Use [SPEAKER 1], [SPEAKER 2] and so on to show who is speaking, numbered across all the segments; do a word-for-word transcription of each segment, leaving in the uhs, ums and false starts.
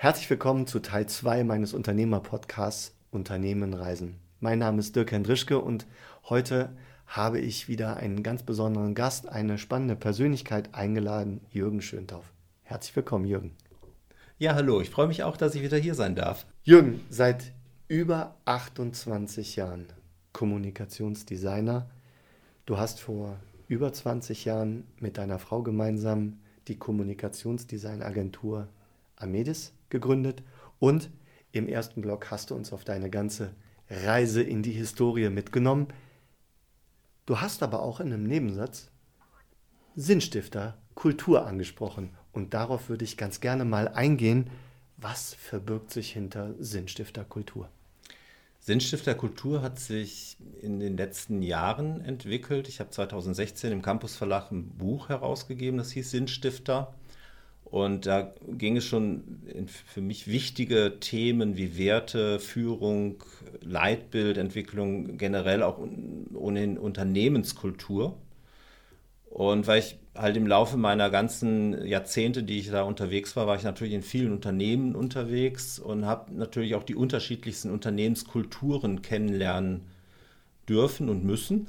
[SPEAKER 1] Herzlich willkommen zu Teil zwei meines Unternehmer-Podcasts Unternehmen reisen. Mein Name ist Dirk Hendrischke und heute habe ich wieder einen ganz besonderen Gast, eine spannende Persönlichkeit eingeladen, Jürgen Schöntauf. Herzlich willkommen, Jürgen.
[SPEAKER 2] Ja, hallo, ich freue mich auch, dass ich wieder hier sein darf.
[SPEAKER 1] Jürgen, seit über achtundzwanzig Jahren Kommunikationsdesigner. Du hast vor über zwanzig Jahren mit deiner Frau gemeinsam die Kommunikationsdesignagentur Amedis gegründet und im ersten Blog hast du uns auf deine ganze Reise in die Historie mitgenommen. Du hast aber auch in einem Nebensatz Sinnstifter, Kultur angesprochen und darauf würde ich ganz gerne mal eingehen. Was verbirgt sich hinter Sinnstifter Kultur?
[SPEAKER 2] Sinnstifter Kultur hat sich in den letzten Jahren entwickelt. Ich habe zweitausendsechzehn im Campus Verlag ein Buch herausgegeben, das hieß Sinnstifter. Und da ging es schon in für mich wichtige Themen wie Werte, Führung, Leitbildentwicklung, generell auch ohnehin Unternehmenskultur. Und weil ich halt im Laufe meiner ganzen Jahrzehnte, die ich da unterwegs war, war ich natürlich in vielen Unternehmen unterwegs und habe natürlich auch die unterschiedlichsten Unternehmenskulturen kennenlernen dürfen und müssen.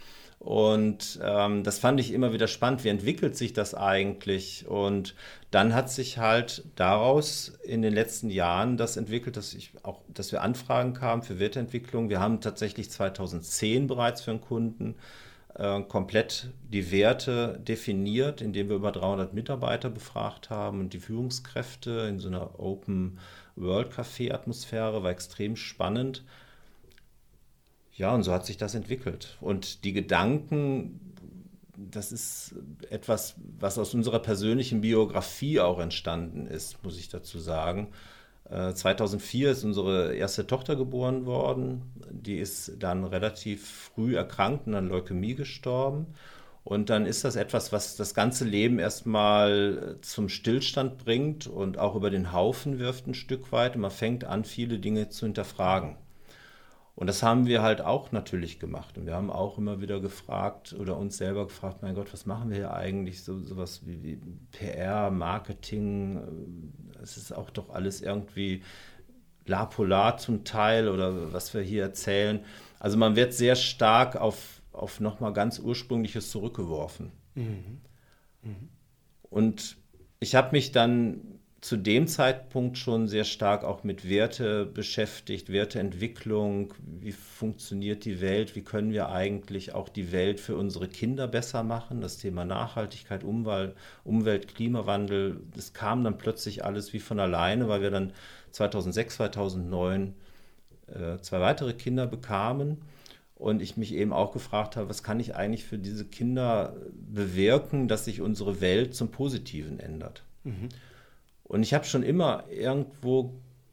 [SPEAKER 2] Und ähm, das fand ich immer wieder spannend. Wie entwickelt sich das eigentlich? Und dann hat sich halt daraus in den letzten Jahren das entwickelt, dass ich auch, dass wir Anfragen kamen für Werteentwicklung. Wir haben tatsächlich zweitausendzehn bereits für einen Kunden äh, komplett die Werte definiert, indem wir über dreihundert Mitarbeiter befragt haben und die Führungskräfte in so einer Open World Café Atmosphäre, war extrem spannend. Ja, und so hat sich das entwickelt. Und die Gedanken, das ist etwas, was aus unserer persönlichen Biografie auch entstanden ist, muss ich dazu sagen. Äh, zweitausendvier ist unsere erste Tochter geboren worden. Die ist dann relativ früh erkrankt und an Leukämie gestorben. Und dann ist das etwas, was das ganze Leben erstmal zum Stillstand bringt und auch über den Haufen wirft ein Stück weit. Und man fängt an, viele Dinge zu hinterfragen. Und das haben wir halt auch natürlich gemacht. Und wir haben auch immer wieder gefragt oder uns selber gefragt, mein Gott, was machen wir hier eigentlich? So sowas wie, wie P R, Marketing, es ist auch doch alles irgendwie la polar zum Teil oder was wir hier erzählen. Also man wird sehr stark auf, auf nochmal ganz Ursprüngliches zurückgeworfen. Mhm. Mhm. Und ich habe mich dann zu dem Zeitpunkt schon sehr stark auch mit Werte beschäftigt, Werteentwicklung, wie funktioniert die Welt, wie können wir eigentlich auch die Welt für unsere Kinder besser machen, das Thema Nachhaltigkeit, Umwelt, Umwelt, Klimawandel, das kam dann plötzlich alles wie von alleine, weil wir dann zweitausendsechs, zweitausendneun äh, zwei weitere Kinder bekamen und ich mich eben auch gefragt habe, was kann ich eigentlich für diese Kinder bewirken, dass sich unsere Welt zum Positiven ändert. Mhm. Und ich habe schon immer irgendwo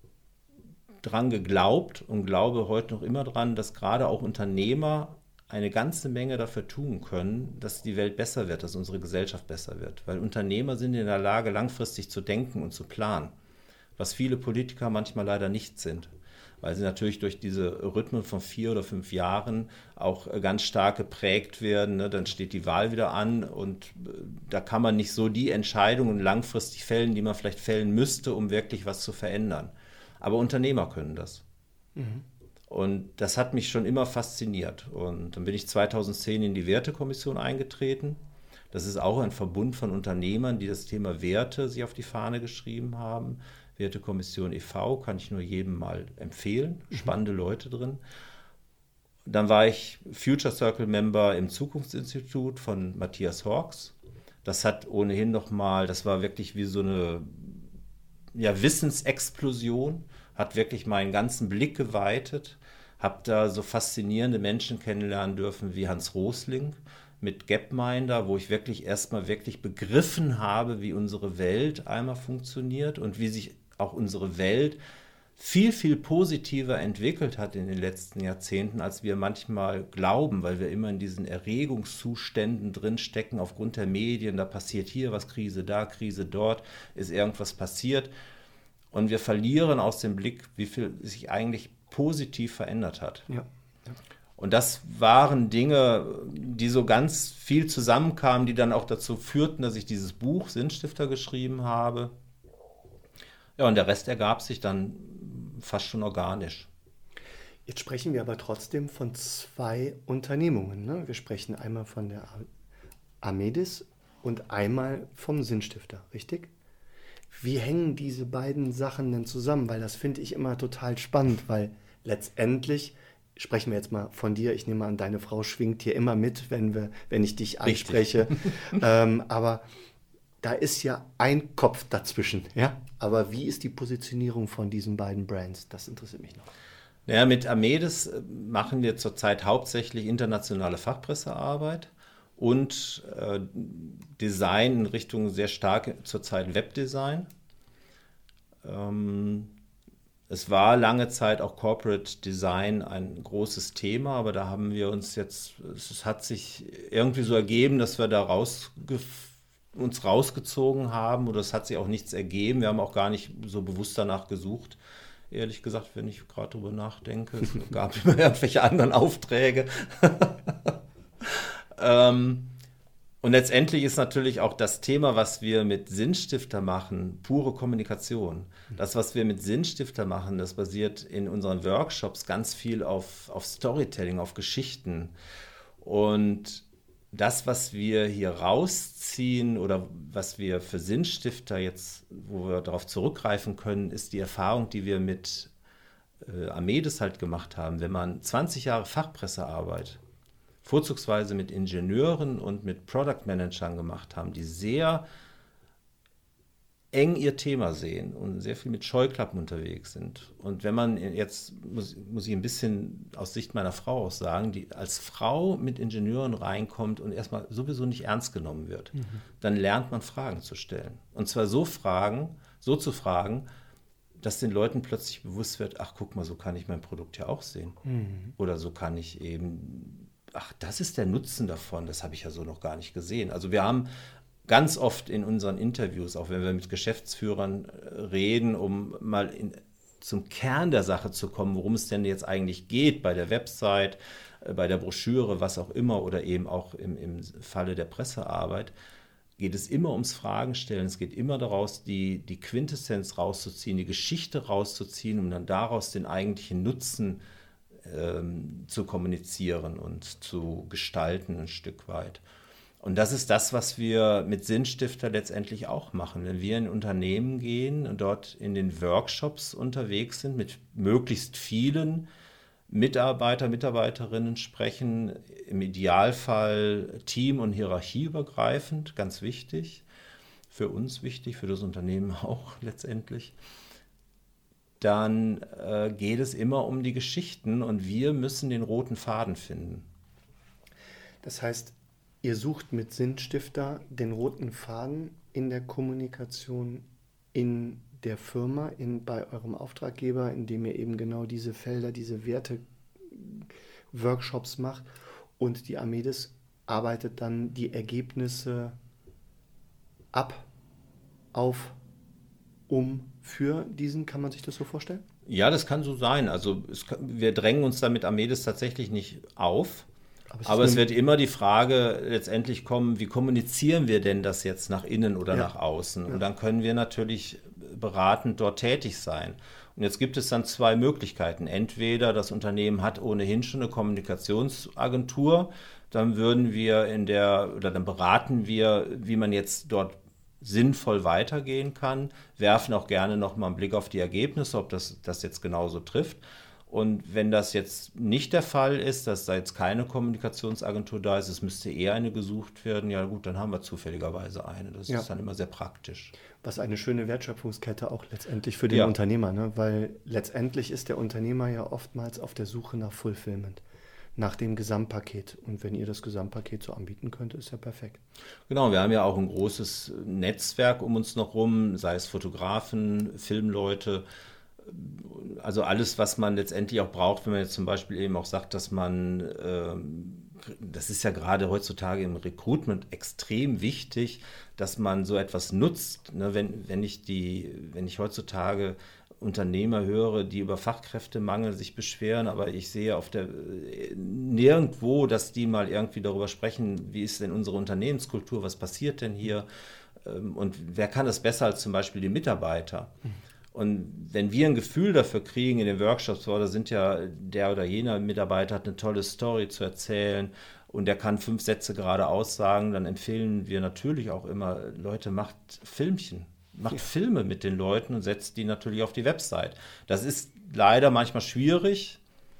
[SPEAKER 2] dran geglaubt und glaube heute noch immer dran, dass gerade auch Unternehmer eine ganze Menge dafür tun können, dass die Welt besser wird, dass unsere Gesellschaft besser wird. Weil Unternehmer sind in der Lage, langfristig zu denken und zu planen, was viele Politiker manchmal leider nicht sind. Weil sie natürlich durch diese Rhythmen von vier oder fünf Jahren auch ganz stark geprägt werden. Ne? Dann steht die Wahl wieder an und da kann man nicht so die Entscheidungen langfristig fällen, die man vielleicht fällen müsste, um wirklich was zu verändern. Aber Unternehmer können das. Mhm. Und das hat mich schon immer fasziniert. Und dann bin ich zweitausendzehn in die Wertekommission eingetreten. Das ist auch ein Verbund von Unternehmern, die das Thema Werte sich auf die Fahne geschrieben haben. Wertekommission e V kann ich nur jedem mal empfehlen. Spannende mhm. Leute drin. Dann war ich Future Circle Member im Zukunftsinstitut von Matthias Hawks. Das hat ohnehin nochmal, das war wirklich wie so eine ja, Wissensexplosion, hat wirklich meinen ganzen Blick geweitet. Habe da so faszinierende Menschen kennenlernen dürfen wie Hans Rosling mit Gapminder, wo ich wirklich erstmal wirklich begriffen habe, wie unsere Welt einmal funktioniert und wie sich auch unsere Welt viel, viel positiver entwickelt hat in den letzten Jahrzehnten, als wir manchmal glauben, weil wir immer in diesen Erregungszuständen drinstecken aufgrund der Medien. Da passiert hier was, Krise da, Krise dort, ist irgendwas passiert. Und wir verlieren aus dem Blick, wie viel sich eigentlich positiv verändert hat. Ja. Ja. Und das waren Dinge, die so ganz viel zusammenkamen, die dann auch dazu führten, dass ich dieses Buch Sinnstifter geschrieben habe. Ja, und der Rest ergab sich dann fast schon organisch.
[SPEAKER 1] Jetzt sprechen wir aber trotzdem von zwei Unternehmungen. Ne? Wir sprechen einmal von der Amedis und einmal vom Sinnstifter, richtig? Wie hängen diese beiden Sachen denn zusammen? Weil das finde ich immer total spannend, weil letztendlich, sprechen wir jetzt mal von dir, ich nehme an, deine Frau schwingt hier immer mit, wenn, wir, wenn ich dich anspreche. ähm, aber da ist ja ein Kopf dazwischen. Ja? Aber wie ist die Positionierung von diesen beiden Brands? Das interessiert mich noch.
[SPEAKER 2] Naja, mit Amedis machen wir zurzeit hauptsächlich internationale Fachpressearbeit und äh, Design in Richtung sehr stark zurzeit Webdesign. Ähm, es war lange Zeit auch Corporate Design ein großes Thema, aber da haben wir uns jetzt, es hat sich irgendwie so ergeben, dass wir da rausge uns rausgezogen haben, oder es hat sich auch nichts ergeben. Wir haben auch gar nicht so bewusst danach gesucht. Ehrlich gesagt, wenn ich gerade drüber nachdenke, es gab immer irgendwelche anderen Aufträge. ähm, und letztendlich ist natürlich auch das Thema, was wir mit Sinnstifter machen, pure Kommunikation. Das, was wir mit Sinnstifter machen, das basiert in unseren Workshops ganz viel auf, auf Storytelling, auf Geschichten. Und das, was wir hier rausziehen oder was wir für Sinnstifter jetzt, wo wir darauf zurückgreifen können, ist die Erfahrung, die wir mit äh, Amedis halt gemacht haben. Wenn man zwanzig Jahre Fachpressearbeit, vorzugsweise mit Ingenieuren und mit Product Managern gemacht haben, die sehr eng ihr Thema sehen und sehr viel mit Scheuklappen unterwegs sind. Und wenn man jetzt, muss, muss ich ein bisschen aus Sicht meiner Frau auch sagen, die als Frau mit Ingenieuren reinkommt und erstmal sowieso nicht ernst genommen wird, mhm. dann lernt man Fragen zu stellen. Und zwar so Fragen, so zu fragen, dass den Leuten plötzlich bewusst wird, ach guck mal, so kann ich mein Produkt ja auch sehen. Mhm. Oder so kann ich eben, ach, das ist der Nutzen davon, das habe ich ja so noch gar nicht gesehen. Also wir haben ganz oft in unseren Interviews, auch wenn wir mit Geschäftsführern reden, um mal in, zum Kern der Sache zu kommen, worum es denn jetzt eigentlich geht bei der Website, bei der Broschüre, was auch immer, oder eben auch im, im Falle der Pressearbeit, geht es immer ums Fragenstellen. Es geht immer daraus, die, die Quintessenz rauszuziehen, die Geschichte rauszuziehen, um dann daraus den eigentlichen Nutzen ähm, zu kommunizieren und zu gestalten ein Stück weit. Und das ist das, was wir mit Sinnstifter letztendlich auch machen. Wenn wir in Unternehmen gehen und dort in den Workshops unterwegs sind, mit möglichst vielen Mitarbeiter, Mitarbeiterinnen sprechen, im Idealfall team- und hierarchieübergreifend, ganz wichtig, für uns wichtig, für das Unternehmen auch letztendlich, dann äh, geht es immer um die Geschichten und wir müssen den roten Faden finden.
[SPEAKER 1] Das heißt, ihr sucht mit Sinnstifter den roten Faden in der Kommunikation in der Firma, in, bei eurem Auftraggeber, indem ihr eben genau diese Felder, diese Werte-Workshops macht, und die Amedis arbeitet dann die Ergebnisse ab, auf, um, für diesen, kann man sich das so vorstellen?
[SPEAKER 2] Ja, das kann so sein. Also es kann, wir drängen uns da mit Amedis tatsächlich nicht auf. Aber es, Aber es wird immer die Frage letztendlich kommen, wie kommunizieren wir denn das jetzt nach innen oder ja. nach außen? Ja. Und dann können wir natürlich beratend dort tätig sein. Und jetzt gibt es dann zwei Möglichkeiten. Entweder das Unternehmen hat ohnehin schon eine Kommunikationsagentur, dann würden wir in der, oder dann beraten wir, wie man jetzt dort sinnvoll weitergehen kann, werfen auch gerne nochmal einen Blick auf die Ergebnisse, ob das, das jetzt genauso trifft. Und wenn das jetzt nicht der Fall ist, dass da jetzt keine Kommunikationsagentur da ist, es müsste eher eine gesucht werden, ja gut, dann haben wir zufälligerweise eine. Das ja. ist dann immer sehr praktisch.
[SPEAKER 1] Was eine schöne Wertschöpfungskette auch letztendlich für den ja. Unternehmer, ne? Weil letztendlich ist der Unternehmer ja oftmals auf der Suche nach Fulfillment, nach dem Gesamtpaket. Und wenn ihr das Gesamtpaket so anbieten könnt, ist ja perfekt.
[SPEAKER 2] Genau, wir haben ja auch ein großes Netzwerk um uns noch rum, sei es Fotografen, Filmleute, also alles, was man letztendlich auch braucht, wenn man jetzt zum Beispiel eben auch sagt, dass man, ähm, das ist ja gerade heutzutage im Recruitment extrem wichtig, dass man so etwas nutzt. Ne? Wenn, wenn ich die, wenn ich heutzutage Unternehmer höre, die über Fachkräftemangel sich beschweren, aber ich sehe auf der nirgendwo, dass die mal irgendwie darüber sprechen, wie ist denn unsere Unternehmenskultur, was passiert denn hier und wer kann das besser als zum Beispiel die Mitarbeiter? Und wenn wir ein Gefühl dafür kriegen in den Workshops, oh, da sind ja der oder jener Mitarbeiter hat eine tolle Story zu erzählen und der kann fünf Sätze gerade aussagen, dann empfehlen wir natürlich auch immer, Leute, macht Filmchen, macht ja. Filme mit den Leuten und setzt die natürlich auf die Website. Das ist leider manchmal schwierig,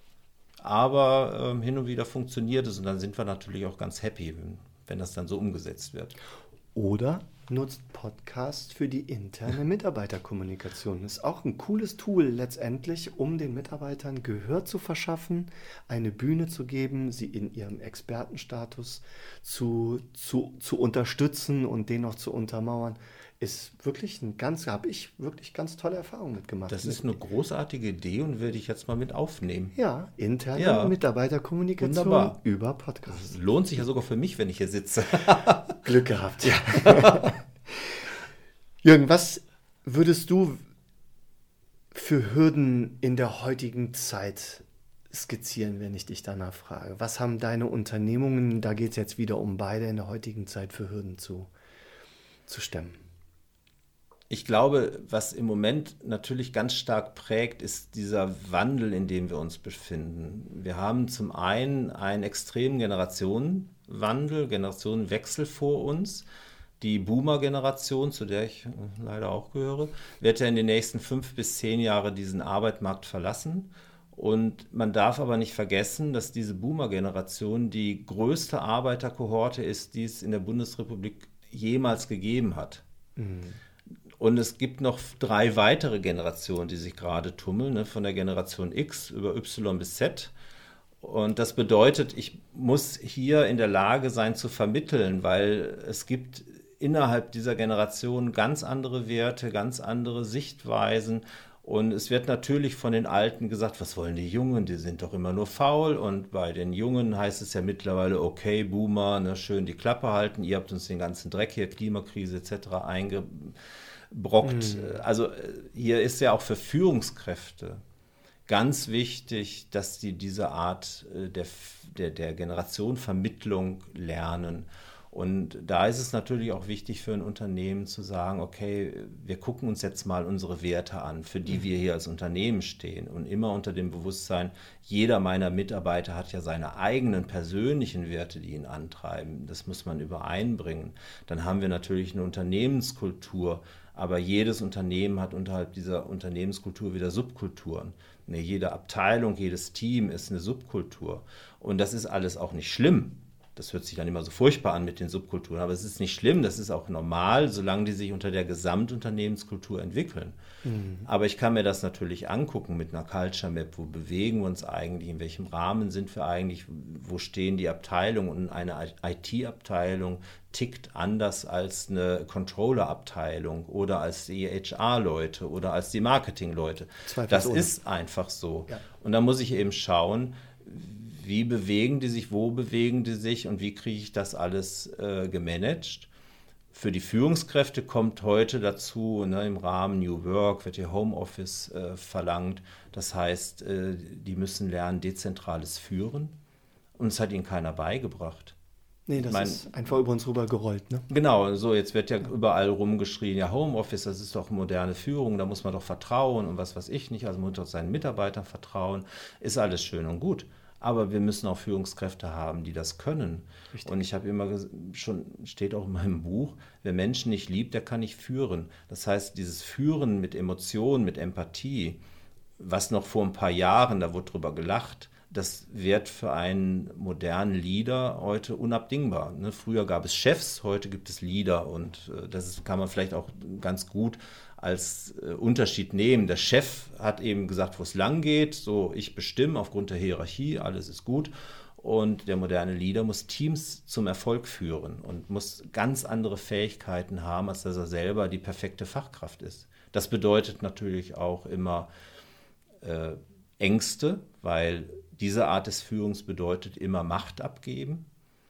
[SPEAKER 2] aber ähm, hin und wieder funktioniert es und dann sind wir natürlich auch ganz happy, wenn, wenn das dann so umgesetzt wird.
[SPEAKER 1] Oder nutzt Podcast für die interne Mitarbeiterkommunikation. Ist auch ein cooles Tool letztendlich, um den Mitarbeitern Gehör zu verschaffen, eine Bühne zu geben, sie in ihrem Expertenstatus zu, zu, zu unterstützen und den noch zu untermauern. Ist wirklich ein ganz, habe ich wirklich ganz tolle Erfahrungen mitgemacht.
[SPEAKER 2] Das ist eine großartige Idee und würde ich jetzt mal mit aufnehmen.
[SPEAKER 1] Ja, interne
[SPEAKER 2] ja.
[SPEAKER 1] Mitarbeiterkommunikation
[SPEAKER 2] Wunderbar.
[SPEAKER 1] Über Podcast.
[SPEAKER 2] Das lohnt sich ja sogar für mich, wenn ich hier sitze.
[SPEAKER 1] Glück gehabt. Ja. Jürgen, was würdest du für Hürden in der heutigen Zeit skizzieren, wenn ich dich danach frage? Was haben deine Unternehmungen, da geht es jetzt wieder um beide, in der heutigen Zeit für Hürden zu, zu stemmen?
[SPEAKER 2] Ich glaube, was im Moment natürlich ganz stark prägt, ist dieser Wandel, in dem wir uns befinden. Wir haben zum einen einen extremen Generationenwandel, Generationenwechsel vor uns. Die Boomer-Generation, zu der ich leider auch gehöre, wird ja in den nächsten fünf bis zehn Jahren diesen Arbeitsmarkt verlassen. Und man darf aber nicht vergessen, dass diese Boomer-Generation die größte Arbeiterkohorte ist, die es in der Bundesrepublik jemals gegeben hat. Mhm. Und es gibt noch drei weitere Generationen, die sich gerade tummeln, ne, von der Generation X über Y bis Z. Und das bedeutet, ich muss hier in der Lage sein zu vermitteln, weil es gibt innerhalb dieser Generation ganz andere Werte, ganz andere Sichtweisen. Und es wird natürlich von den Alten gesagt, was wollen die Jungen, die sind doch immer nur faul. Und bei den Jungen heißt es ja mittlerweile, okay, Boomer, ne, schön die Klappe halten, ihr habt uns den ganzen Dreck hier, Klimakrise et cetera eingebrockt. Mhm. Also hier ist ja auch für Führungskräfte ganz wichtig, dass die diese Art der, der, der Generationenvermittlung lernen. Und da ist es natürlich auch wichtig für ein Unternehmen zu sagen, okay, wir gucken uns jetzt mal unsere Werte an, für die wir hier als Unternehmen stehen. Und immer unter dem Bewusstsein, jeder meiner Mitarbeiter hat ja seine eigenen persönlichen Werte, die ihn antreiben. Das muss man übereinbringen. Dann haben wir natürlich eine Unternehmenskultur, aber jedes Unternehmen hat unterhalb dieser Unternehmenskultur wieder Subkulturen. Ne, jede Abteilung, jedes Team ist eine Subkultur. Und das ist alles auch nicht schlimm. Das hört sich dann immer so furchtbar an mit den Subkulturen, aber es ist nicht schlimm, das ist auch normal, solange die sich unter der Gesamtunternehmenskultur entwickeln. Mhm. Aber ich kann mir das natürlich angucken mit einer Culture Map, wo bewegen wir uns eigentlich, in welchem Rahmen sind wir eigentlich, wo stehen die Abteilungen, und eine I T-Abteilung tickt anders als eine Controller-Abteilung oder als die H R-Leute oder als die Marketing-Leute. Das ist einfach so. Ja. Und da muss ich eben schauen, wie bewegen die sich, wo bewegen die sich und wie kriege ich das alles äh, gemanagt. Für die Führungskräfte kommt heute dazu, ne, im Rahmen New Work wird hier Homeoffice äh, verlangt. Das heißt, äh, die müssen lernen, dezentrales Führen. Und es hat ihnen keiner beigebracht.
[SPEAKER 1] Nee, das ich mein, ist einfach über uns rüber gerollt, ne?
[SPEAKER 2] Genau, so jetzt wird ja überall rumgeschrien, ja Homeoffice, das ist doch moderne Führung, da muss man doch vertrauen und was weiß ich nicht, also man muss doch seinen Mitarbeitern vertrauen, ist alles schön und gut. Aber wir müssen auch Führungskräfte haben, die das können. Richtig. Und ich habe immer schon, steht auch in meinem Buch, wer Menschen nicht liebt, der kann nicht führen. Das heißt, dieses Führen mit Emotionen, mit Empathie, was noch vor ein paar Jahren, da wurde drüber gelacht, das wird für einen modernen Leader heute unabdingbar. Ne? Früher gab es Chefs, heute gibt es Leader und äh, das ist, kann man vielleicht auch ganz gut als äh, Unterschied nehmen. Der Chef hat eben gesagt, wo es lang geht, so ich bestimme aufgrund der Hierarchie, alles ist gut. Und der moderne Leader muss Teams zum Erfolg führen und muss ganz andere Fähigkeiten haben, als dass er selber die perfekte Fachkraft ist. Das bedeutet natürlich auch immer äh, Ängste, weil diese Art des Führens bedeutet immer Macht abgeben.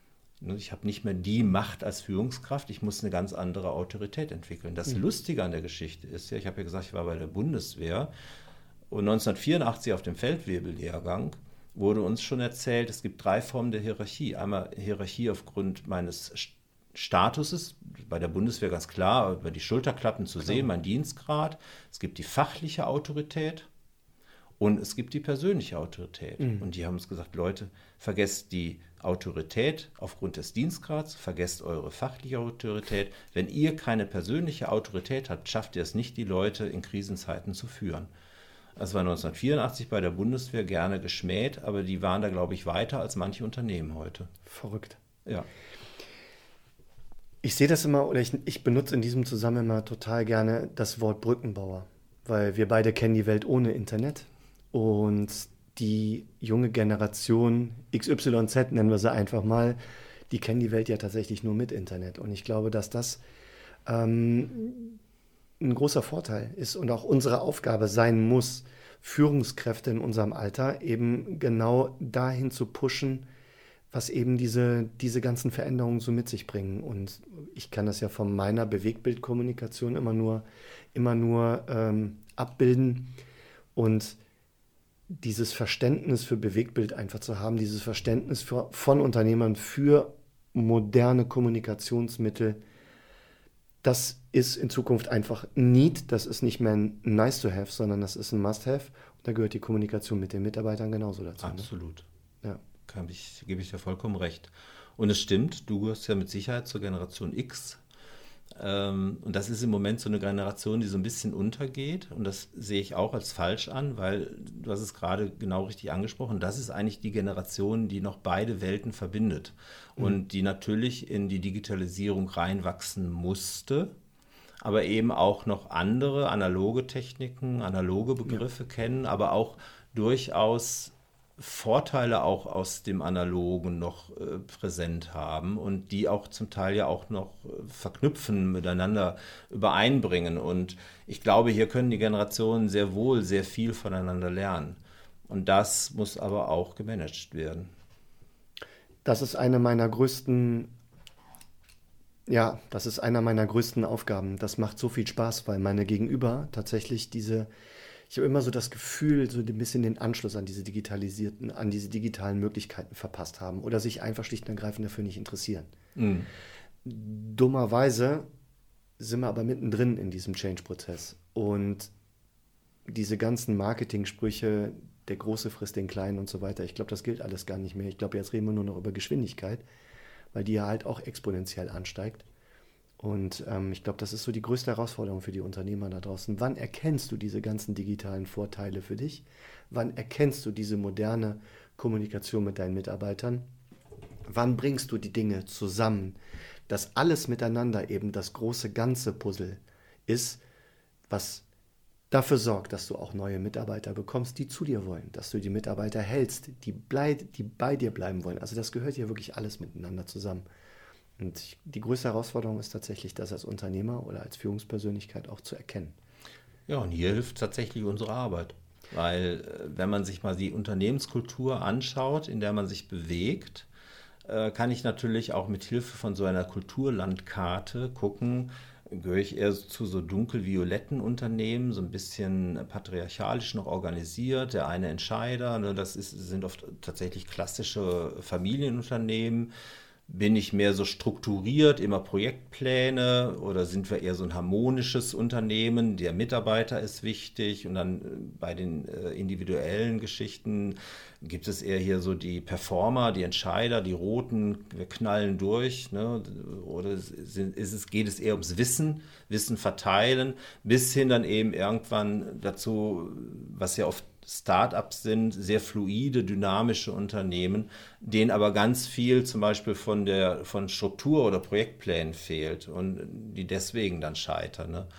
[SPEAKER 2] Ich habe nicht mehr die Macht als Führungskraft, ich muss eine ganz andere Autorität entwickeln. Das mhm. Lustige an der Geschichte ist ja, ich habe ja gesagt, ich war bei der Bundeswehr und neunzehnhundertvierundachtzig auf dem Feldwebellehrgang wurde uns schon erzählt, es gibt drei Formen der Hierarchie. Einmal Hierarchie aufgrund meines Statuses, bei der Bundeswehr ganz klar über die Schulterklappen zu
[SPEAKER 1] Klar.
[SPEAKER 2] sehen, mein Dienstgrad. Es gibt die fachliche Autorität und es gibt die persönliche Autorität.
[SPEAKER 1] Mhm.
[SPEAKER 2] Und die haben uns gesagt, Leute, vergesst die Autorität aufgrund des Dienstgrads, vergesst eure fachliche Autorität. Wenn ihr keine persönliche Autorität habt, schafft ihr es nicht, die Leute in Krisenzeiten zu führen. Das war neunzehnhundertvierundachtzig bei der Bundeswehr gerne geschmäht, aber die waren da, glaube ich, weiter als manche Unternehmen heute.
[SPEAKER 1] Verrückt.
[SPEAKER 2] Ja.
[SPEAKER 1] Ich sehe das immer, oder ich, ich benutze in diesem Zusammenhang immer total gerne das Wort Brückenbauer, weil wir beide kennen die Welt ohne Internet und die junge Generation X Y Z, nennen wir sie einfach mal, die kennen die Welt ja tatsächlich nur mit Internet. Und ich glaube, dass das ähm, ein großer Vorteil ist und auch unsere Aufgabe sein muss, Führungskräfte in unserem Alter eben genau dahin zu pushen, was eben diese, diese ganzen Veränderungen so mit sich bringen. Und ich kann das ja von meiner Bewegtbildkommunikation immer nur, immer nur ähm, abbilden. Und dieses Verständnis für Bewegtbild einfach zu haben, dieses Verständnis für, von Unternehmern für moderne Kommunikationsmittel, das ist in Zukunft einfach Need, das ist nicht mehr ein Nice-to-have, sondern das ist ein Must-have. Und da gehört die Kommunikation mit den Mitarbeitern genauso dazu.
[SPEAKER 2] Absolut.
[SPEAKER 1] Ne? Ja.
[SPEAKER 2] Kann ich, gebe ich dir vollkommen recht. Und es stimmt, du gehörst ja mit Sicherheit zur Generation X. Ähm, und das ist im Moment so eine Generation, die so ein bisschen untergeht. Und das sehe ich auch als falsch an, weil du hast es gerade genau richtig angesprochen. Das ist eigentlich die Generation, die noch beide Welten verbindet. Mhm. Und die natürlich in die Digitalisierung reinwachsen musste, aber eben auch noch andere analoge Techniken, analoge Begriffe ja. kennen, aber auch durchaus Vorteile auch aus dem Analogen noch äh, präsent haben und die auch zum Teil ja auch noch äh, verknüpfen, miteinander übereinbringen. Und ich glaube, hier können die Generationen sehr wohl sehr viel voneinander lernen. Und das muss aber auch gemanagt werden.
[SPEAKER 1] Das ist eine meiner größten, ja, das ist einer meiner größten Aufgaben. Das macht so viel Spaß, weil meine Gegenüber tatsächlich diese Ich habe immer so das Gefühl, so ein bisschen den Anschluss an diese digitalisierten, an diese digitalen Möglichkeiten verpasst haben oder sich einfach schlicht und ergreifend dafür nicht interessieren.
[SPEAKER 2] Mhm.
[SPEAKER 1] Dummerweise sind wir aber mittendrin in diesem Change-Prozess. Und diese ganzen Marketing-Sprüche, der Große frisst den Kleinen und so weiter, ich glaube, das gilt alles gar nicht mehr. Ich glaube, jetzt reden wir nur noch über Geschwindigkeit, weil die ja halt auch exponentiell ansteigt. Und ähm, ich glaube, das ist so die größte Herausforderung für die Unternehmer da draußen. Wann erkennst du diese ganzen digitalen Vorteile für dich? Wann erkennst du diese moderne Kommunikation mit deinen Mitarbeitern? Wann bringst du die Dinge zusammen, dass alles miteinander eben das große ganze Puzzle ist, was dafür sorgt, dass du auch neue Mitarbeiter bekommst, die zu dir wollen, dass du die Mitarbeiter hältst, die, bleib, die bei dir bleiben wollen. Also das gehört hier wirklich alles miteinander zusammen. Und die größte Herausforderung ist tatsächlich, das als Unternehmer oder als Führungspersönlichkeit auch zu erkennen.
[SPEAKER 2] Ja, und hier hilft tatsächlich unsere Arbeit. Weil wenn man sich mal die Unternehmenskultur anschaut, in der man sich bewegt, kann ich natürlich auch mit Hilfe von so einer Kulturlandkarte gucken, gehöre ich eher zu so dunkel-violetten Unternehmen, so ein bisschen patriarchalisch noch organisiert, der eine Entscheider, ne, das ist, sind oft tatsächlich klassische Familienunternehmen. Bin ich mehr so strukturiert, immer Projektpläne oder sind wir eher so ein harmonisches Unternehmen? Der Mitarbeiter ist wichtig und dann bei den individuellen Geschichten gibt es eher hier so die Performer, die Entscheider, die Roten, wir knallen durch, ne? Oder ist es, geht es eher ums Wissen, Wissen verteilen, bis hin dann eben irgendwann dazu, was ja oft Start-ups sind, sehr fluide, dynamische Unternehmen, denen aber ganz viel zum Beispiel von der von Struktur oder Projektplänen fehlt und die deswegen dann scheitern. Ne?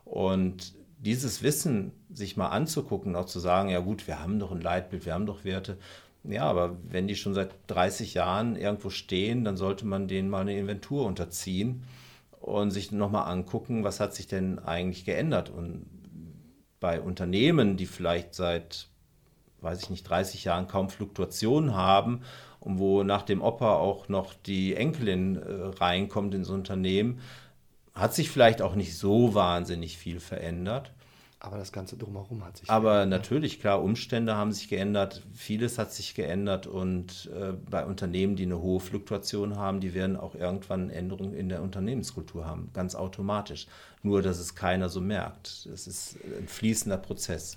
[SPEAKER 2] Und dieses Wissen sich mal anzugucken, auch zu sagen, ja gut, wir haben doch ein Leitbild, wir haben doch Werte. Ja, aber wenn die schon seit dreißig Jahren irgendwo stehen, dann sollte man denen mal eine Inventur unterziehen und sich nochmal angucken, was hat sich denn eigentlich geändert. Und bei Unternehmen, die vielleicht seit, weiß ich nicht, dreißig Jahren kaum Fluktuationen haben und wo nach dem Opa auch noch die Enkelin äh, reinkommt ins Unternehmen, hat sich vielleicht auch nicht so wahnsinnig viel verändert.
[SPEAKER 1] Aber das Ganze drumherum hat sich
[SPEAKER 2] Aber
[SPEAKER 1] geändert.
[SPEAKER 2] natürlich, klar, Umstände haben sich geändert, vieles hat sich geändert und äh, bei Unternehmen, die eine hohe Fluktuation haben, die werden auch irgendwann Änderungen in der Unternehmenskultur haben, ganz automatisch. Nur, dass es keiner so merkt. Es ist ein fließender Prozess.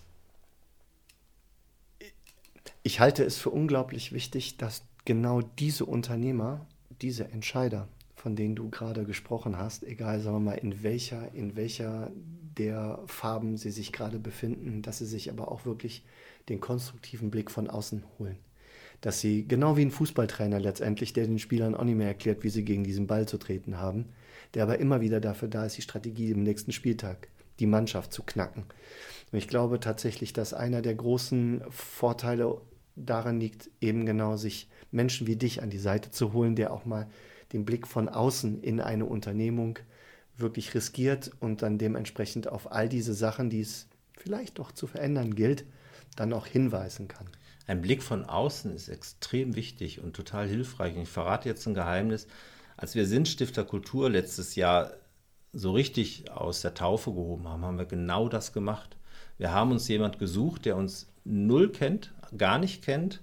[SPEAKER 1] Ich halte es für unglaublich wichtig, dass genau diese Unternehmer, diese Entscheider, von denen du gerade gesprochen hast, egal, sagen wir mal, in welcher, in welcher der Farben sie sich gerade befinden, dass sie sich aber auch wirklich den konstruktiven Blick von außen holen. Dass sie, genau wie ein Fußballtrainer letztendlich, der den Spielern auch nicht mehr erklärt, wie sie gegen diesen Ball zu treten haben, der aber immer wieder dafür da ist, die Strategie im nächsten Spieltag, die Mannschaft zu knacken. Und ich glaube tatsächlich, dass einer der großen Vorteile daran liegt, eben genau sich Menschen wie dich an die Seite zu holen, der auch mal den Blick von außen in eine Unternehmung wirklich riskiert und dann dementsprechend auf all diese Sachen, die es vielleicht doch zu verändern gilt, dann auch hinweisen kann.
[SPEAKER 2] Ein Blick von außen ist extrem wichtig und total hilfreich. Und ich verrate jetzt ein Geheimnis. Als wir Sinnstifter Kultur letztes Jahr so richtig aus der Taufe gehoben haben, haben wir genau das gemacht. Wir haben uns jemand gesucht, der uns null kennt, gar nicht kennt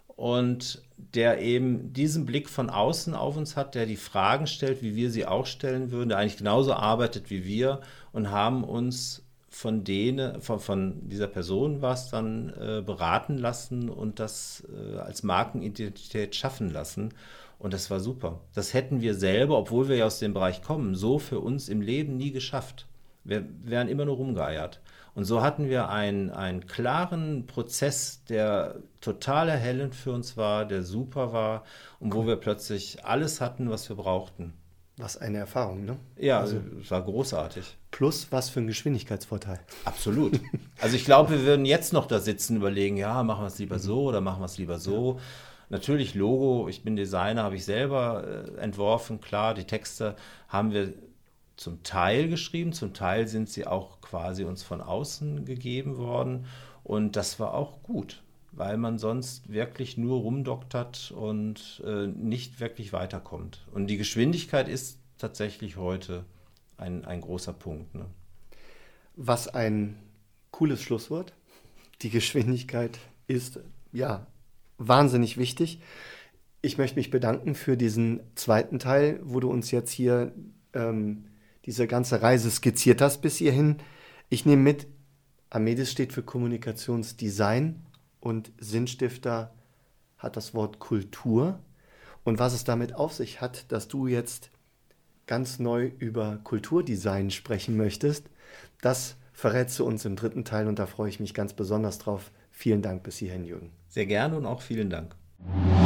[SPEAKER 2] und der eben diesen Blick von außen auf uns hat, der die Fragen stellt, wie wir sie auch stellen würden, der eigentlich genauso arbeitet wie wir und haben uns von denen, von, von dieser Person was dann äh, beraten lassen und das äh, als Markenidentität schaffen lassen. Und das war super. Das hätten wir selber, obwohl wir ja aus dem Bereich kommen, so für uns im Leben nie geschafft. Wir wären immer nur rumgeeiert. Und so hatten wir einen, einen klaren Prozess, der total erhellend für uns war, der super war und wo wir plötzlich alles hatten, was wir brauchten.
[SPEAKER 1] Was eine Erfahrung, ne?
[SPEAKER 2] Ja,
[SPEAKER 1] Also
[SPEAKER 2] es war großartig.
[SPEAKER 1] plus was für ein Geschwindigkeitsvorteil.
[SPEAKER 2] Absolut. Also ich glaube, wir würden jetzt noch da sitzen, überlegen, ja, machen wir es lieber so oder machen wir es lieber so. Natürlich Logo, ich bin Designer, habe ich selber äh, entworfen, klar, die Texte haben wir zum Teil geschrieben, zum Teil sind sie auch quasi uns von außen gegeben worden und das war auch gut, weil man sonst wirklich nur rumdoktert und äh, nicht wirklich weiterkommt. Und die Geschwindigkeit ist tatsächlich heute ein, ein großer Punkt. Ne?
[SPEAKER 1] Was ein cooles Schlusswort. Die Geschwindigkeit ist, ja, wahnsinnig wichtig. Ich möchte mich bedanken für diesen zweiten Teil, wo du uns jetzt hier ähm, diese ganze Reise skizziert hast bis hierhin. Ich nehme mit, Amedis steht für Kommunikationsdesign und Sinnstifter hat das Wort Kultur. Und was es damit auf sich hat, dass du jetzt ganz neu über Kulturdesign sprechen möchtest, das verrätst du uns im dritten Teil und da freue ich mich ganz besonders drauf. Vielen Dank bis hierhin, Jürgen.
[SPEAKER 2] Sehr gerne und auch vielen Dank.